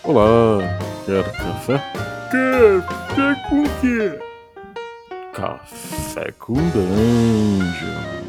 Olá, quer café? Café com quê? Café com Dungeon.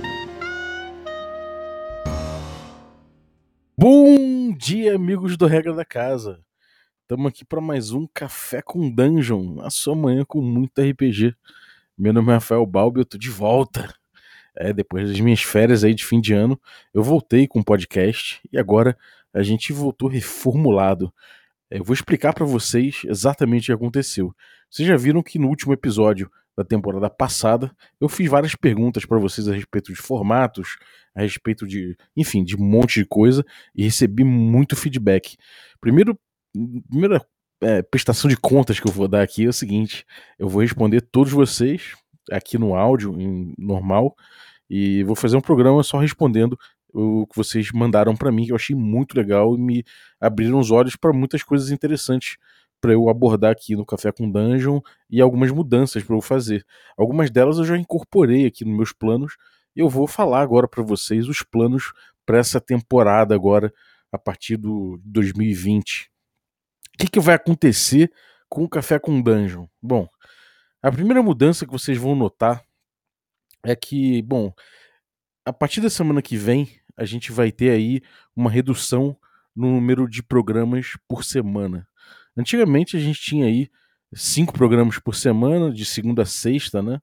Bom dia, amigos do Regra da Casa. Estamos aqui para mais um Café com Dungeon, a sua manhã com muito RPG. Meu nome é Rafael Balbi, eu tô de volta. Depois das minhas férias aí de fim de ano, eu voltei com o podcast e agora a gente voltou reformulado. Eu vou explicar para vocês exatamente o que aconteceu. Vocês já viram que no último episódio da temporada passada eu fiz várias perguntas para vocês a respeito de formatos, a respeito de, enfim, de um monte de coisa e recebi muito feedback. Primeira prestação de contas que eu vou dar aqui é o seguinte: eu vou responder todos vocês aqui no áudio, em normal, e vou fazer um programa só respondendo o que vocês mandaram para mim, que eu achei muito legal e me abriram os olhos para muitas coisas interessantes para eu abordar aqui no Café com Dungeon e algumas mudanças para eu fazer. Algumas delas eu já incorporei aqui nos meus planos e eu vou falar agora para vocês os planos para essa temporada agora, a partir do 2020. O que vai acontecer com o Café com Dungeon? Bom, a primeira mudança que vocês vão notar é que, bom, a partir da semana que vem, a gente vai ter aí uma redução no número de programas por semana. Antigamente a gente tinha aí 5 programas por semana, de segunda a sexta, né?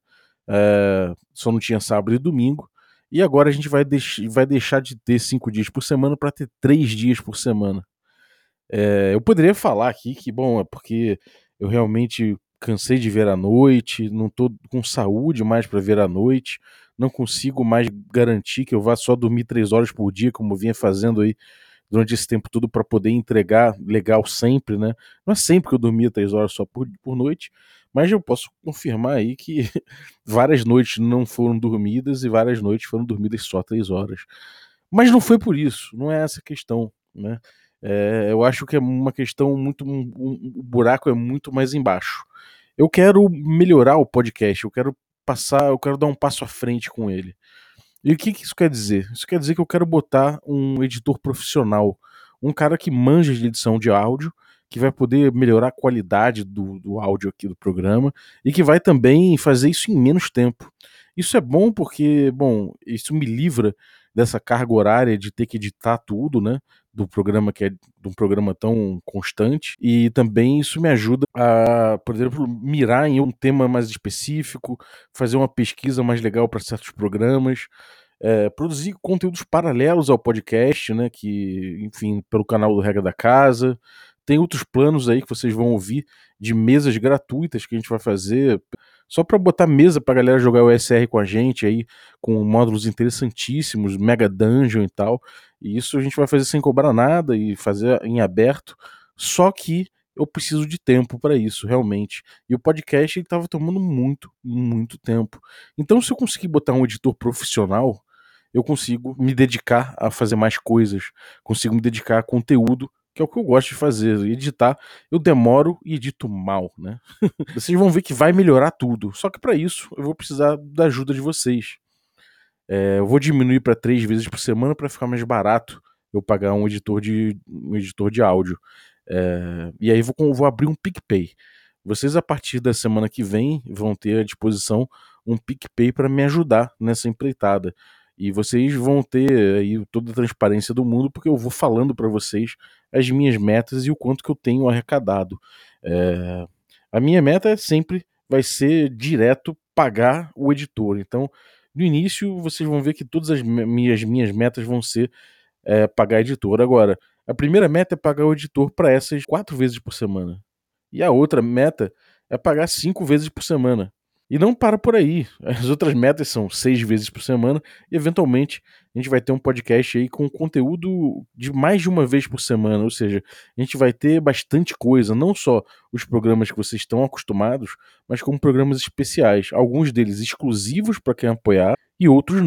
Só não tinha sábado e domingo. E agora a gente vai deixar de ter 5 dias por semana para ter 3 dias por semana. Eu poderia falar aqui que, bom, é porque eu realmente cansei de ver à noite, não tô com saúde mais para ver à noite, não consigo mais garantir que eu vá só dormir 3 horas por dia, como eu vinha fazendo aí durante esse tempo todo para poder entregar legal sempre, né? Não é sempre que eu dormia 3 horas só por noite, mas eu posso confirmar aí que várias noites não foram dormidas e várias noites foram dormidas só 3 horas. Mas não foi por isso, não é essa a questão, né? Eu acho que é uma questão muito. O buraco é muito mais embaixo. Eu quero melhorar o podcast, eu quero dar um passo à frente com ele. E o que isso quer dizer? Isso quer dizer que eu quero botar um editor profissional, um cara que manja de edição de áudio, que vai poder melhorar a qualidade do áudio aqui do programa e que vai também fazer isso em menos tempo. Isso é bom porque, bom, isso me livra dessa carga horária de ter que editar tudo, né? Do programa que é de um programa tão constante, e também isso me ajuda a, por exemplo, mirar em um tema mais específico, fazer uma pesquisa mais legal para certos programas, produzir conteúdos paralelos ao podcast, né? Que, enfim, pelo canal do Regra da Casa. Tem outros planos aí que vocês vão ouvir de mesas gratuitas que a gente vai fazer só para botar mesa pra galera jogar o SR com a gente aí, com módulos interessantíssimos, Mega Dungeon e tal. E isso a gente vai fazer sem cobrar nada e fazer em aberto. Só que eu preciso de tempo para isso, realmente. E o podcast ele tava tomando muito, muito tempo. Então, se eu conseguir botar um editor profissional, eu consigo me dedicar a fazer mais coisas, consigo me dedicar a conteúdo, que é o que eu gosto de fazer. Editar, eu demoro e edito mal, né? Vocês vão ver que vai melhorar tudo. Só que para isso eu vou precisar da ajuda de vocês. Eu vou diminuir para 3 vezes por semana para ficar mais barato eu pagar um editor de áudio. E aí vou abrir um PicPay. Vocês, a partir da semana que vem, vão ter à disposição um PicPay para me ajudar nessa empreitada. E vocês vão ter aí toda a transparência do mundo, porque eu vou falando para vocês as minhas metas e o quanto que eu tenho arrecadado. A minha meta sempre vai ser direto pagar o editor. Então, no início, vocês vão ver que todas as minhas metas vão ser pagar editor. Agora, a primeira meta é pagar o editor para essas 4 vezes por semana. E a outra meta é pagar 5 vezes por semana. E não para por aí. As outras metas são 6 vezes por semana e, eventualmente, a gente vai ter um podcast aí com conteúdo de mais de uma vez por semana. Ou seja, a gente vai ter bastante coisa, não só os programas que vocês estão acostumados, mas como programas especiais. Alguns deles exclusivos para quem apoiar e outros não.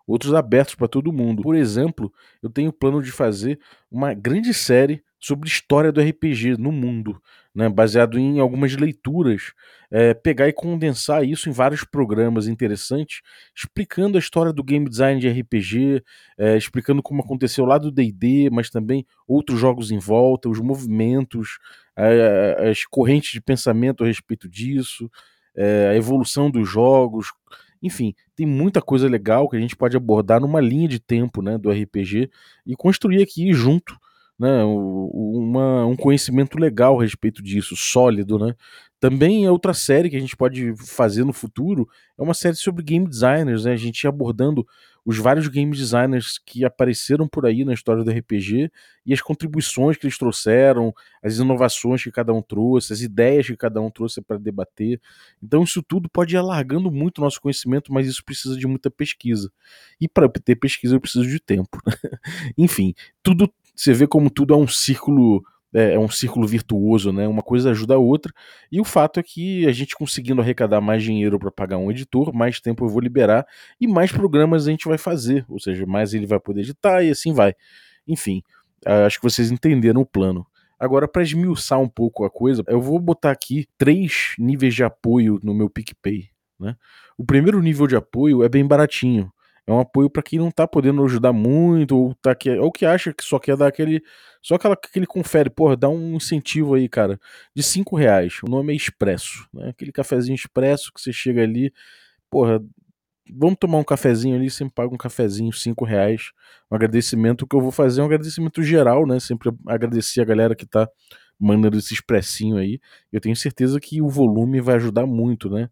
outros abertos para todo mundo. Por exemplo, eu tenho plano de fazer uma grande série sobre história do RPG no mundo, né, baseado em algumas leituras, pegar e condensar isso em vários programas interessantes, explicando a história do game design de RPG, explicando como aconteceu lá do D&D, mas também outros jogos em volta, os movimentos, as correntes de pensamento a respeito disso, a evolução dos jogos, enfim, tem muita coisa legal que a gente pode abordar numa linha de tempo, né, do RPG e construir aqui junto, né, um conhecimento legal a respeito disso, sólido, né. Também é outra série que a gente pode fazer no futuro, é uma série sobre game designers, né, a gente abordando os vários game designers que apareceram por aí na história do RPG e as contribuições que eles trouxeram, as inovações que cada um trouxe, as ideias que cada um trouxe para debater. Então isso tudo pode ir alargando muito o nosso conhecimento, mas isso precisa de muita pesquisa. E para ter pesquisa eu preciso de tempo. Enfim, tudo, você vê como tudo é um círculo, é um círculo virtuoso, né? Uma coisa ajuda a outra. E o fato é que a gente conseguindo arrecadar mais dinheiro para pagar um editor, mais tempo eu vou liberar e mais programas a gente vai fazer, ou seja, mais ele vai poder editar e assim vai. Enfim, acho que vocês entenderam o plano. Agora, para esmiuçar um pouco a coisa, eu vou botar aqui 3 níveis de apoio no meu PicPay, né? O primeiro nível de apoio é bem baratinho. É um apoio para quem não tá podendo ajudar muito, ou que acha que só quer dar aquele confere, porra, dá um incentivo aí, cara, de R$ 5. O nome é Expresso, né? Aquele cafezinho expresso que você chega ali, porra, vamos tomar um cafezinho ali, sempre paga um cafezinho, R$ 5. Um agradecimento que eu vou fazer, um agradecimento geral, né? Sempre agradecer a galera que tá mandando esse expressinho aí. Eu tenho certeza que o volume vai ajudar muito, né?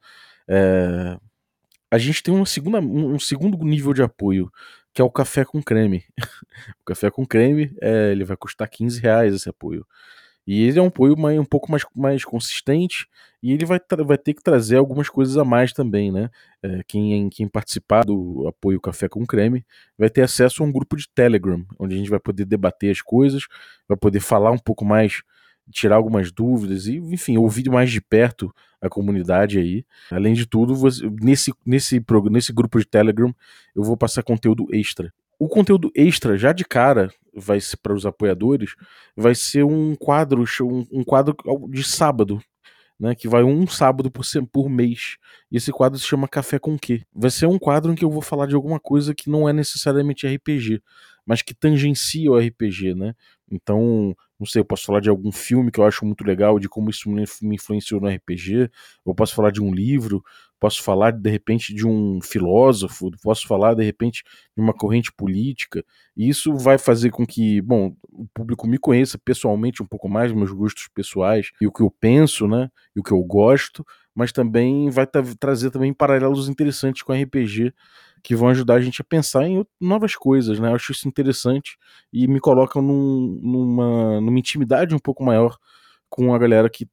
A gente tem um segundo nível de apoio, que é o café com creme. O café com creme, ele vai custar R$ 15 esse apoio. E ele é um apoio um pouco mais consistente e ele vai ter que trazer algumas coisas a mais também, né? Quem participar do apoio Café com Creme vai ter acesso a um grupo de Telegram, onde a gente vai poder debater as coisas, vai poder falar um pouco mais, tirar algumas dúvidas e, enfim, ouvir mais de perto a comunidade aí. Além de tudo, nesse grupo de Telegram eu vou passar conteúdo extra. O conteúdo extra, já de cara, vai ser para os apoiadores, vai ser um quadro de sábado, né, que vai um sábado por mês. E esse quadro se chama Café com Quê? Vai ser um quadro em que eu vou falar de alguma coisa que não é necessariamente RPG, mas que tangencia o RPG, né? Então, não sei, eu posso falar de algum filme que eu acho muito legal, de como isso me influenciou no RPG, eu posso falar de um livro, posso falar de repente de um filósofo, posso falar de repente de uma corrente política, e isso vai fazer com que, bom, o público me conheça pessoalmente um pouco mais, meus gostos pessoais e o que eu penso, né? E o que eu gosto, mas também vai trazer também paralelos interessantes com RPG que vão ajudar a gente a pensar em novas coisas, né? Eu acho isso interessante e me colocam numa intimidade um pouco maior com a galera que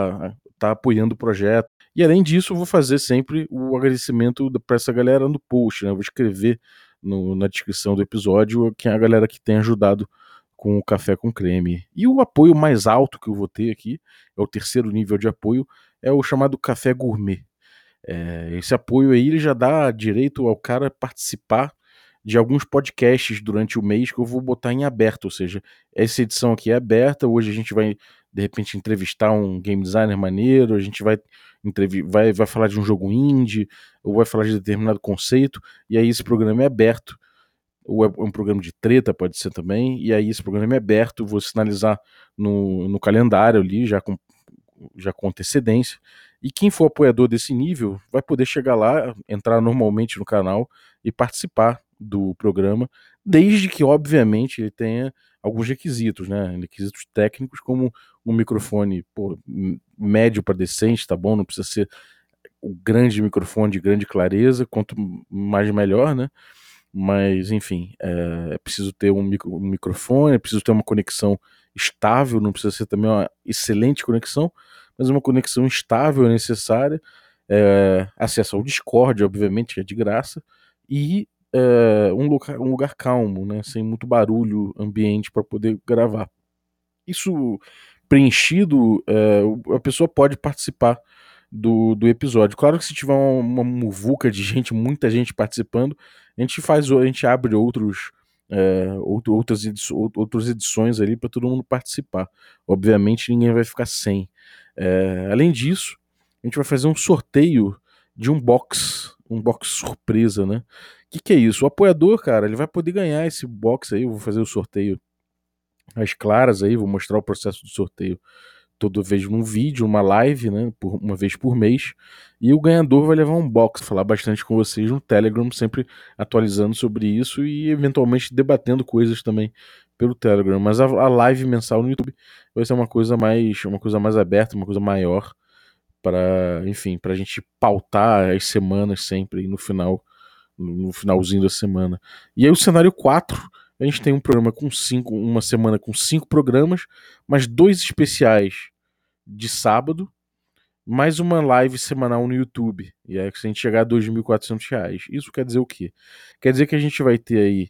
tá apoiando o projeto. E além disso, eu vou fazer sempre o agradecimento para essa galera no post, né? Eu vou escrever na descrição do episódio quem é a galera que tem ajudado com o café com creme. E o apoio mais alto que eu vou ter aqui, é o terceiro nível de apoio, é o chamado café gourmet. Esse apoio aí ele já dá direito ao cara participar de alguns podcasts durante o mês que eu vou botar em aberto, ou seja, essa edição aqui é aberta, hoje a gente vai de repente entrevistar um game designer maneiro, a gente vai falar de um jogo indie, ou vai falar de determinado conceito, e aí esse programa é aberto, ou é um programa de treta, pode ser também, e aí esse programa é aberto, vou sinalizar no calendário ali, já com antecedência, e quem for apoiador desse nível vai poder chegar lá, entrar normalmente no canal e participar do programa, desde que, obviamente, ele tenha alguns requisitos, né? Requisitos técnicos, como um microfone médio para decente, tá bom? Não precisa ser o grande microfone de grande clareza, quanto mais melhor, né? Mas, enfim, é preciso ter um microfone, é preciso ter uma conexão estável, não precisa ser também uma excelente conexão, mas uma conexão estável é necessária, acesso ao Discord, obviamente, que é de graça, e um lugar calmo, né, sem muito barulho ambiente para poder gravar. Isso preenchido, a pessoa pode participar do episódio. Claro que se tiver uma muvuca de gente, muita gente participando, a gente abre outras edições ali para todo mundo participar. Obviamente ninguém vai ficar sem. Além disso, a gente vai fazer um sorteio de um box surpresa, né? O que é isso? O apoiador, cara, ele vai poder ganhar esse box aí. Eu vou fazer o sorteio às claras aí, vou mostrar o processo do sorteio toda vez num vídeo, uma live, né, uma vez por mês, e o ganhador vai levar um box, falar bastante com vocês no Telegram, sempre atualizando sobre isso e eventualmente debatendo coisas também pelo Telegram, mas a live mensal no YouTube vai ser uma coisa mais aberta, uma coisa maior para, enfim, para a gente pautar as semanas sempre no final, no finalzinho da semana. E aí o cenário 4 a gente tem um programa com uma semana com 5 programas, mais 2 especiais de sábado, mais uma live semanal no YouTube. E aí, se a gente chegar a R$ 2.400. Isso quer dizer o quê? Quer dizer que a gente vai ter aí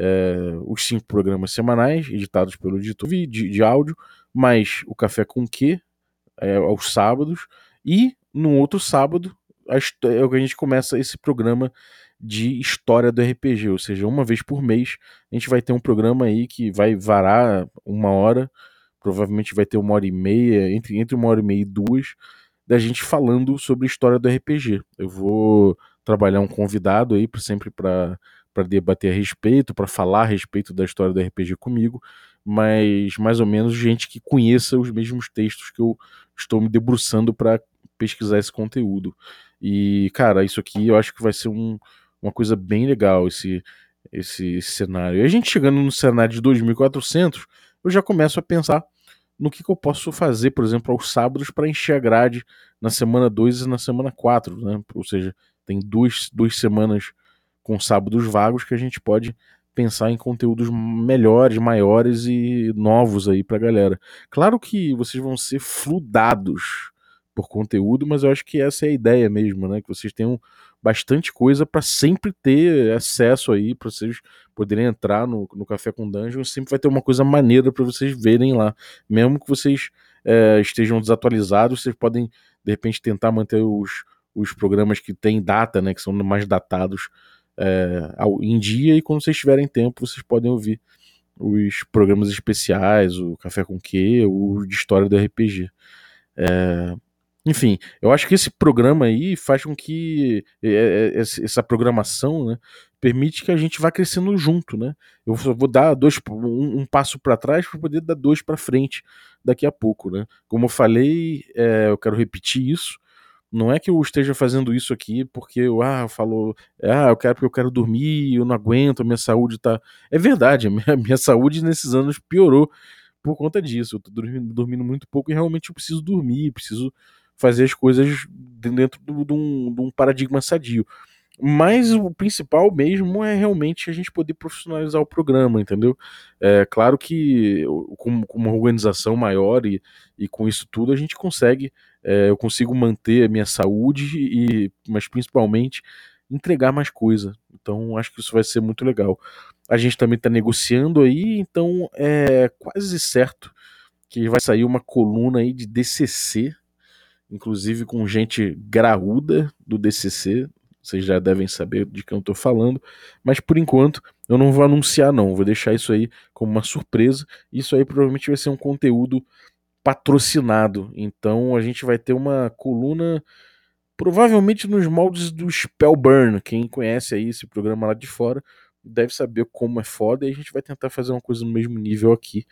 os 5 programas semanais, editados pelo editor de áudio, mais o Café com Quê, aos sábados, e no outro sábado a gente começa esse programa de história do RPG, ou seja, uma vez por mês a gente vai ter um programa aí que vai varar 1 hora, provavelmente vai ter 1 hora e meia, entre 1 hora e meia e 2, da gente falando sobre a história do RPG. Eu vou trabalhar um convidado aí sempre para debater a respeito, para falar a respeito da história do RPG comigo, mas mais ou menos gente que conheça os mesmos textos que eu estou me debruçando para pesquisar esse conteúdo. E, cara, isso aqui eu acho que vai ser uma coisa bem legal, esse cenário. E a gente chegando no cenário de 2.400, eu já começo a pensar no que eu posso fazer, por exemplo, aos sábados para encher a grade na semana 2 e na semana 4, né? Ou seja, tem duas semanas com sábados vagos que a gente pode pensar em conteúdos melhores, maiores e novos aí pra galera. Claro que vocês vão ser fludados por conteúdo, mas eu acho que essa é a ideia mesmo, né? Que vocês tenham bastante coisa para sempre ter acesso aí, para vocês poderem entrar no Café com Dungeon, sempre vai ter uma coisa maneira para vocês verem lá. Mesmo que vocês estejam desatualizados, vocês podem, de repente, tentar manter os programas que têm data, né? Que são mais datados em dia, e quando vocês tiverem tempo, vocês podem ouvir os programas especiais, o Café com Quê, o de história do RPG. Enfim, eu acho que esse programa aí faz com que essa programação, né, permite que a gente vá crescendo junto, né? Eu vou dar um passo para trás para poder dar 2 para frente daqui a pouco, né? Como eu falei, eu quero repetir isso. Não é que eu esteja fazendo isso aqui porque eu quero porque eu quero dormir, eu não aguento, a minha saúde tá. É verdade, a minha saúde nesses anos piorou por conta disso. Eu tô dormindo muito pouco e realmente eu preciso dormir, preciso fazer as coisas dentro de um paradigma sadio. Mas o principal mesmo é realmente a gente poder profissionalizar o programa, entendeu? É claro que com uma organização maior e com isso tudo a gente consegue, eu consigo manter a minha saúde, mas principalmente entregar mais coisa. Então acho que isso vai ser muito legal. A gente também está negociando aí, então é quase certo que vai sair uma coluna aí de DCC, inclusive com gente graúda do DCC. Vocês já devem saber de quem eu estou falando, mas por enquanto eu não vou anunciar não, vou deixar isso aí como uma surpresa. Isso aí provavelmente vai ser um conteúdo patrocinado, então a gente vai ter uma coluna provavelmente nos moldes do Spellburn. Quem conhece aí esse programa lá de fora deve saber como é foda, e a gente vai tentar fazer uma coisa no mesmo nível aqui,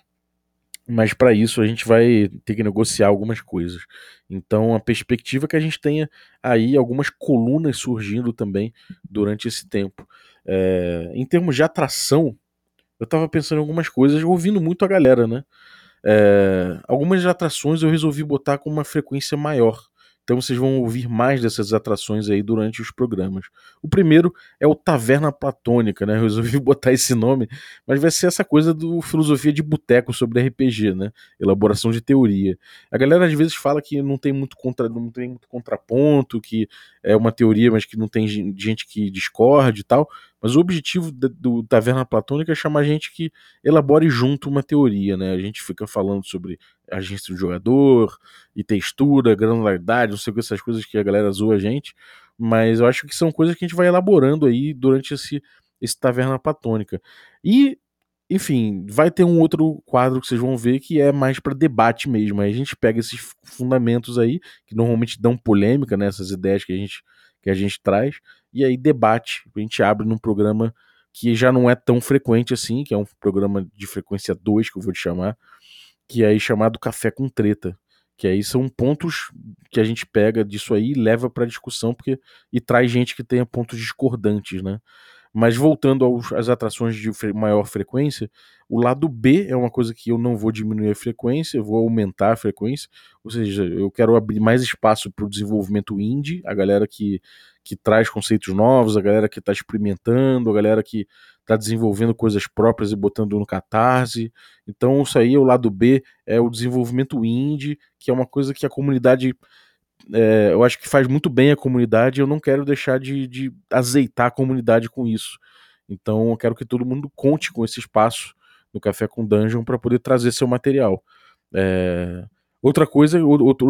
mas para isso a gente vai ter que negociar algumas coisas. Então a perspectiva é que a gente tenha aí algumas colunas surgindo também durante esse tempo. Em termos de atração, eu estava pensando em algumas coisas, ouvindo muito a galera, né? Algumas atrações eu resolvi botar com uma frequência maior. Então vocês vão ouvir mais dessas atrações aí durante os programas. O primeiro é o Taverna Platônica, né? Eu resolvi botar esse nome, mas vai ser essa coisa do filosofia de boteco sobre RPG, né? Elaboração de teoria. A galera às vezes fala que não tem muito contraponto, que é uma teoria, mas que não tem gente que discorde e tal. Mas o objetivo do Taverna Platônica é chamar gente que elabore junto uma teoria, né? A gente fica falando sobre agência do jogador e textura, granularidade, não sei o que, essas coisas que a galera zoa a gente, mas eu acho que são coisas que a gente vai elaborando aí durante esse Taverna Platônica. E enfim, vai ter um outro quadro que vocês vão ver que é mais para debate mesmo. Aí a gente pega esses fundamentos aí, que normalmente dão polêmica, né, essas ideias que a gente traz, e aí debate. A gente abre num programa que já não é tão frequente assim, que é um programa de frequência 2 que eu vou te chamar, que é aí chamado Café com Treta. Que aí são pontos que a gente pega disso aí e leva para discussão e traz gente que tenha pontos discordantes, né? Mas voltando às atrações de maior frequência, o lado B é uma coisa que eu não vou diminuir a frequência, eu vou aumentar a frequência, ou seja, eu quero abrir mais espaço para o desenvolvimento indie, a galera que traz conceitos novos, a galera que está experimentando, a galera que está desenvolvendo coisas próprias e botando no Catarse. Então, isso aí, o lado B é o desenvolvimento indie, que é uma coisa que a comunidade eu acho que faz muito bem a comunidade e eu não quero deixar de azeitar a comunidade com isso. Então eu quero que todo mundo conte com esse espaço no Café com Dungeon para poder trazer seu material. É, outra coisa,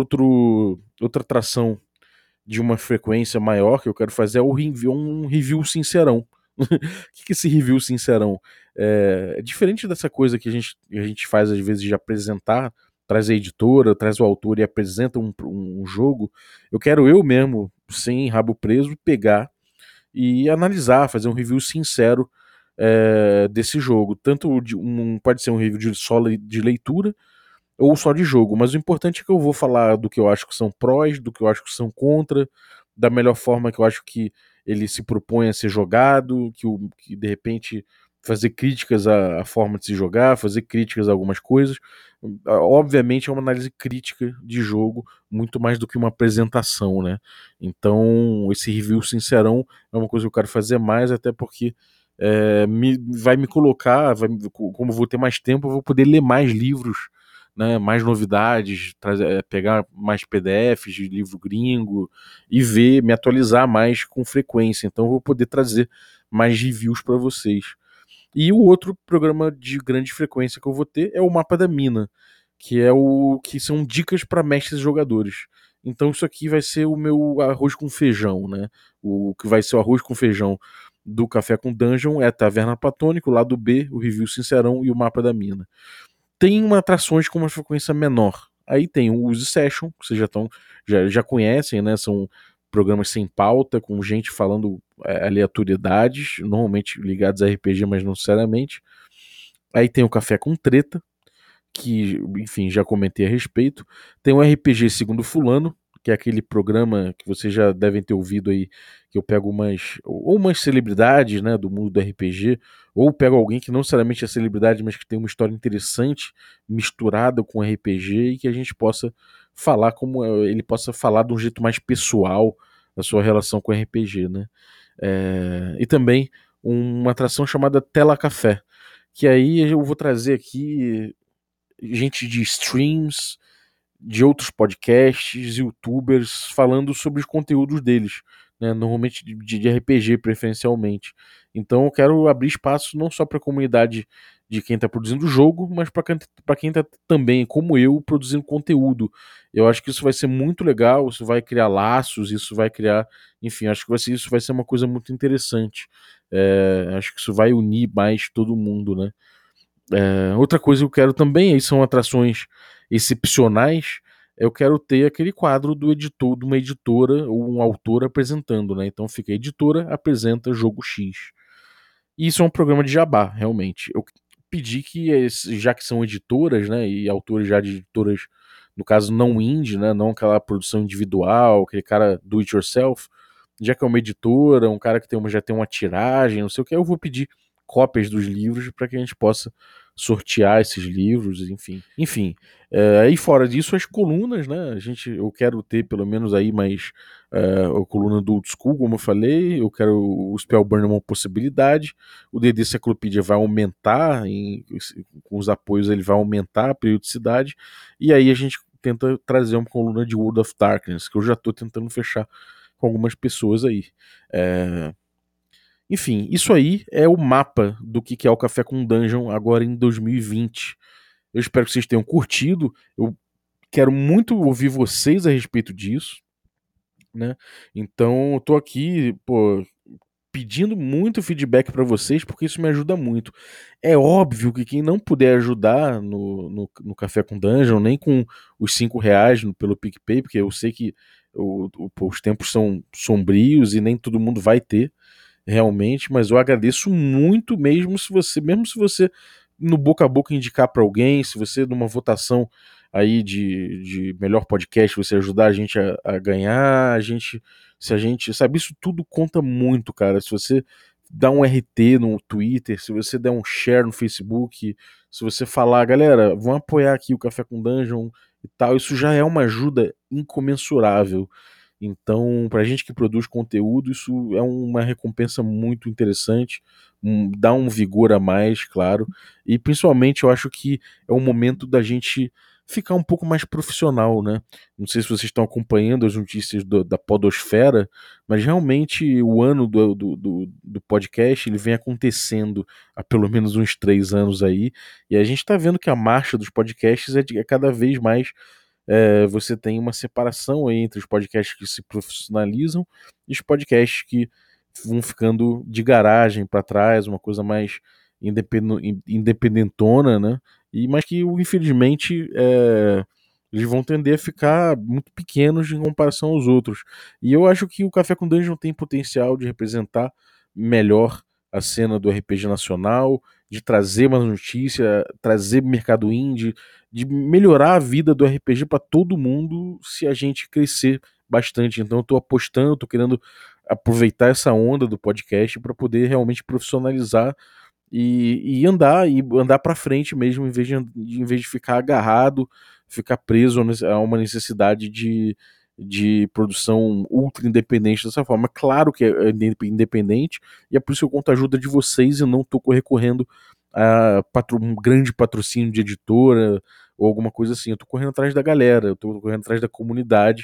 outra atração de uma frequência maior que eu quero fazer é um review sincerão. O que é esse review sincerão? É diferente dessa coisa que a gente faz às vezes de apresentar, traz a editora, traz o autor e apresenta um jogo. Eu quero eu mesmo, sem rabo preso, pegar e analisar, fazer um review sincero desse jogo. Pode ser um review só de leitura ou só de jogo, mas o importante é que eu vou falar do que eu acho que são prós, do que eu acho que são contra, da melhor forma que eu acho que ele se propõe a ser jogado, que de repente fazer críticas à forma de se jogar, fazer críticas a algumas coisas. Obviamente é uma análise crítica de jogo, muito mais do que uma apresentação, né? Então, esse review sincerão é uma coisa que eu quero fazer mais, até porque vai me colocar, como eu vou ter mais tempo, eu vou poder ler mais livros, né, mais novidades, pegar mais PDFs de livro gringo e me atualizar mais com frequência. Então eu vou poder trazer mais reviews para vocês. E o outro programa de grande frequência que eu vou ter é o Mapa da Mina, que são dicas para mestres e jogadores. Então isso aqui vai ser o meu arroz com feijão, né? O que vai ser o arroz com feijão do Café com Dungeon é a Taverna Platônica, o lado B, o review sincerão e o Mapa da Mina. Tem uma atrações com uma frequência menor. Aí tem o Use Session, que vocês já conhecem, né? São programas sem pauta, com gente falando aleatoriedades, normalmente ligados a RPG, mas não necessariamente. Aí tem o Café com Treta, que, enfim, já comentei a respeito. Tem o RPG Segundo Fulano, que é aquele programa que vocês já devem ter ouvido aí, que eu pego umas celebridades, né, do mundo do RPG, ou pego alguém que não necessariamente é celebridade, mas que tem uma história interessante misturada com RPG e que a gente possa falar ele possa falar de um jeito mais pessoal a sua relação com RPG, né? E também uma atração chamada Tela Café, que aí eu vou trazer aqui gente de streams, de outros podcasts, youtubers, falando sobre os conteúdos deles, né? Normalmente de RPG preferencialmente. Então eu quero abrir espaço não só para a comunidade de quem está produzindo o jogo, mas para quem está também, como eu, produzindo conteúdo. Eu acho que isso vai ser muito legal, isso vai criar laços, isso vai criar, enfim, acho que isso vai ser uma coisa muito interessante. Acho que isso vai unir mais todo mundo, né? Outra coisa que eu quero também, aí são atrações excepcionais, eu quero ter aquele quadro do editor, de uma editora ou um autor apresentando, né? Então fica a editora apresenta jogo X. E isso é um programa de jabá, realmente. Eu pedi que, já que são editoras, né, e autores já de editoras, no caso não indie, né, não aquela produção individual, aquele cara do it yourself, já que é uma editora, um cara que já tem uma tiragem, não sei o que, eu vou pedir cópias dos livros para que a gente possa sortear esses livros, enfim. Enfim, aí fora disso, as colunas, né? Eu quero ter pelo menos aí mais a coluna do Old School, como eu falei, eu quero o Spellburn é uma possibilidade, o DD Cyclopedia vai aumentar, com os apoios ele vai aumentar a periodicidade, e aí a gente tenta trazer uma coluna de World of Darkness, que eu já estou tentando fechar com algumas pessoas aí. Enfim, isso aí é o mapa do que é o Café com Dungeon agora em 2020. Eu espero que vocês tenham curtido. Eu quero muito ouvir vocês a respeito disso, né? Então, eu tô aqui, pô, pedindo muito feedback para vocês, porque isso me ajuda muito. É óbvio que quem não puder ajudar no Café com Dungeon, nem com os R$ 5 pelo PicPay, porque eu sei que os tempos são sombrios e nem todo mundo vai ter realmente, mas eu agradeço muito mesmo se você no boca a boca indicar para alguém, se você numa votação aí de melhor podcast, você ajudar a gente a ganhar, se a gente, sabe, isso tudo conta muito, cara. Se você dá um RT no Twitter, se você der um share no Facebook, se você falar, galera, vão apoiar aqui o Café com Dungeon e tal, isso já é uma ajuda incomensurável. Então, para a gente que produz conteúdo, isso é uma recompensa muito interessante, dá um vigor a mais, claro, e principalmente eu acho que é o momento da gente ficar um pouco mais profissional, né? Não sei se vocês estão acompanhando as notícias da Podosfera, mas realmente o ano do podcast ele vem acontecendo há pelo menos uns 3 anos aí, e a gente está vendo que a marcha dos podcasts é cada vez mais você tem uma separação aí entre os podcasts que se profissionalizam e os podcasts que vão ficando de garagem para trás, uma coisa mais independentona, né? Mas que infelizmente eles vão tender a ficar muito pequenos em comparação aos outros. E eu acho que o Café com Dungeon tem potencial de representar melhor a cena do RPG nacional, de trazer uma notícia, trazer mercado indie, de melhorar a vida do RPG para todo mundo se a gente crescer bastante. Então eu tô apostando, tô querendo aproveitar essa onda do podcast para poder realmente profissionalizar e andar para frente mesmo, em vez de ficar agarrado, ficar preso a uma necessidade de produção ultra independente dessa forma. Claro que é independente, e é por isso que eu conto a ajuda de vocês e não estou recorrendo a um grande patrocínio de editora ou alguma coisa assim. Eu estou correndo atrás da galera, eu estou correndo atrás da comunidade,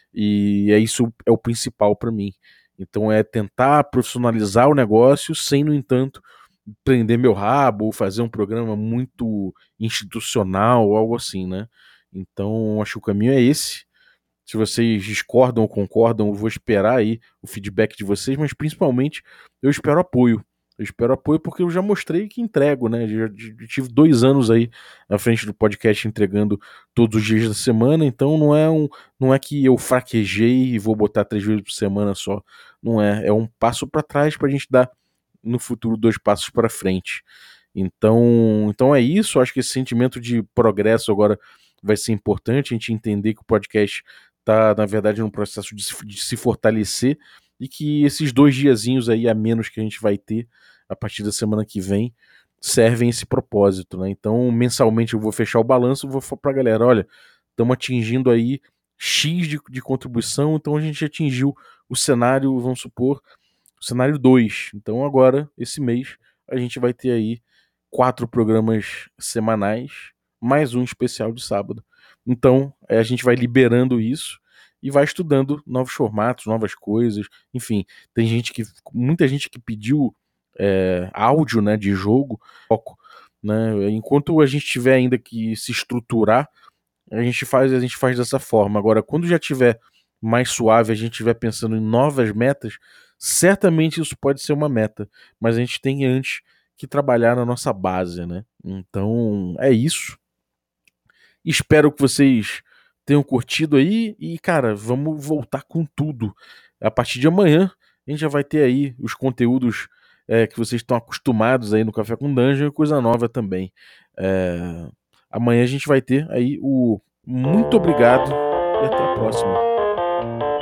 e isso é o principal para mim. Então é tentar profissionalizar o negócio sem, no entanto, prender meu rabo ou fazer um programa muito institucional, algo assim, né? Então, acho que o caminho é esse. Se vocês discordam ou concordam, eu vou esperar aí o feedback de vocês, mas principalmente eu espero apoio. Eu espero apoio porque eu já mostrei que entrego, né? Já tive 2 anos aí na frente do podcast entregando todos os dias da semana, então não é que eu fraquejei e vou botar 3 vezes por semana só. Não é. É um passo para trás para a gente dar no futuro 2 passos para frente. Então é isso. Acho que esse sentimento de progresso agora vai ser importante. A gente entender que o podcast está, na verdade, num processo de se fortalecer e que esses 2 diazinhos aí a menos que a gente vai ter a partir da semana que vem servem esse propósito, né? Então, mensalmente eu vou fechar o balanço e vou falar pra galera, olha, estamos atingindo aí X de contribuição, então a gente atingiu o cenário, vamos supor, cenário 2. Então agora, esse mês, a gente vai ter aí 4 programas semanais, mais um especial de sábado. Então, a gente vai liberando isso e vai estudando novos formatos, novas coisas. Enfim, muita gente que pediu áudio, né, de jogo, né? Enquanto a gente tiver ainda que se estruturar, a gente faz dessa forma. Agora, quando já tiver mais suave, a gente estiver pensando em novas metas, certamente isso pode ser uma meta, mas a gente tem antes que trabalhar na nossa base, né? Então, é isso. Espero que vocês tenham curtido aí e, cara, vamos voltar com tudo. A partir de amanhã, a gente já vai ter aí os conteúdos que vocês estão acostumados aí no Café com Dungeon e coisa nova também. É, Amanhã a gente vai ter aí o muito obrigado e até a próxima.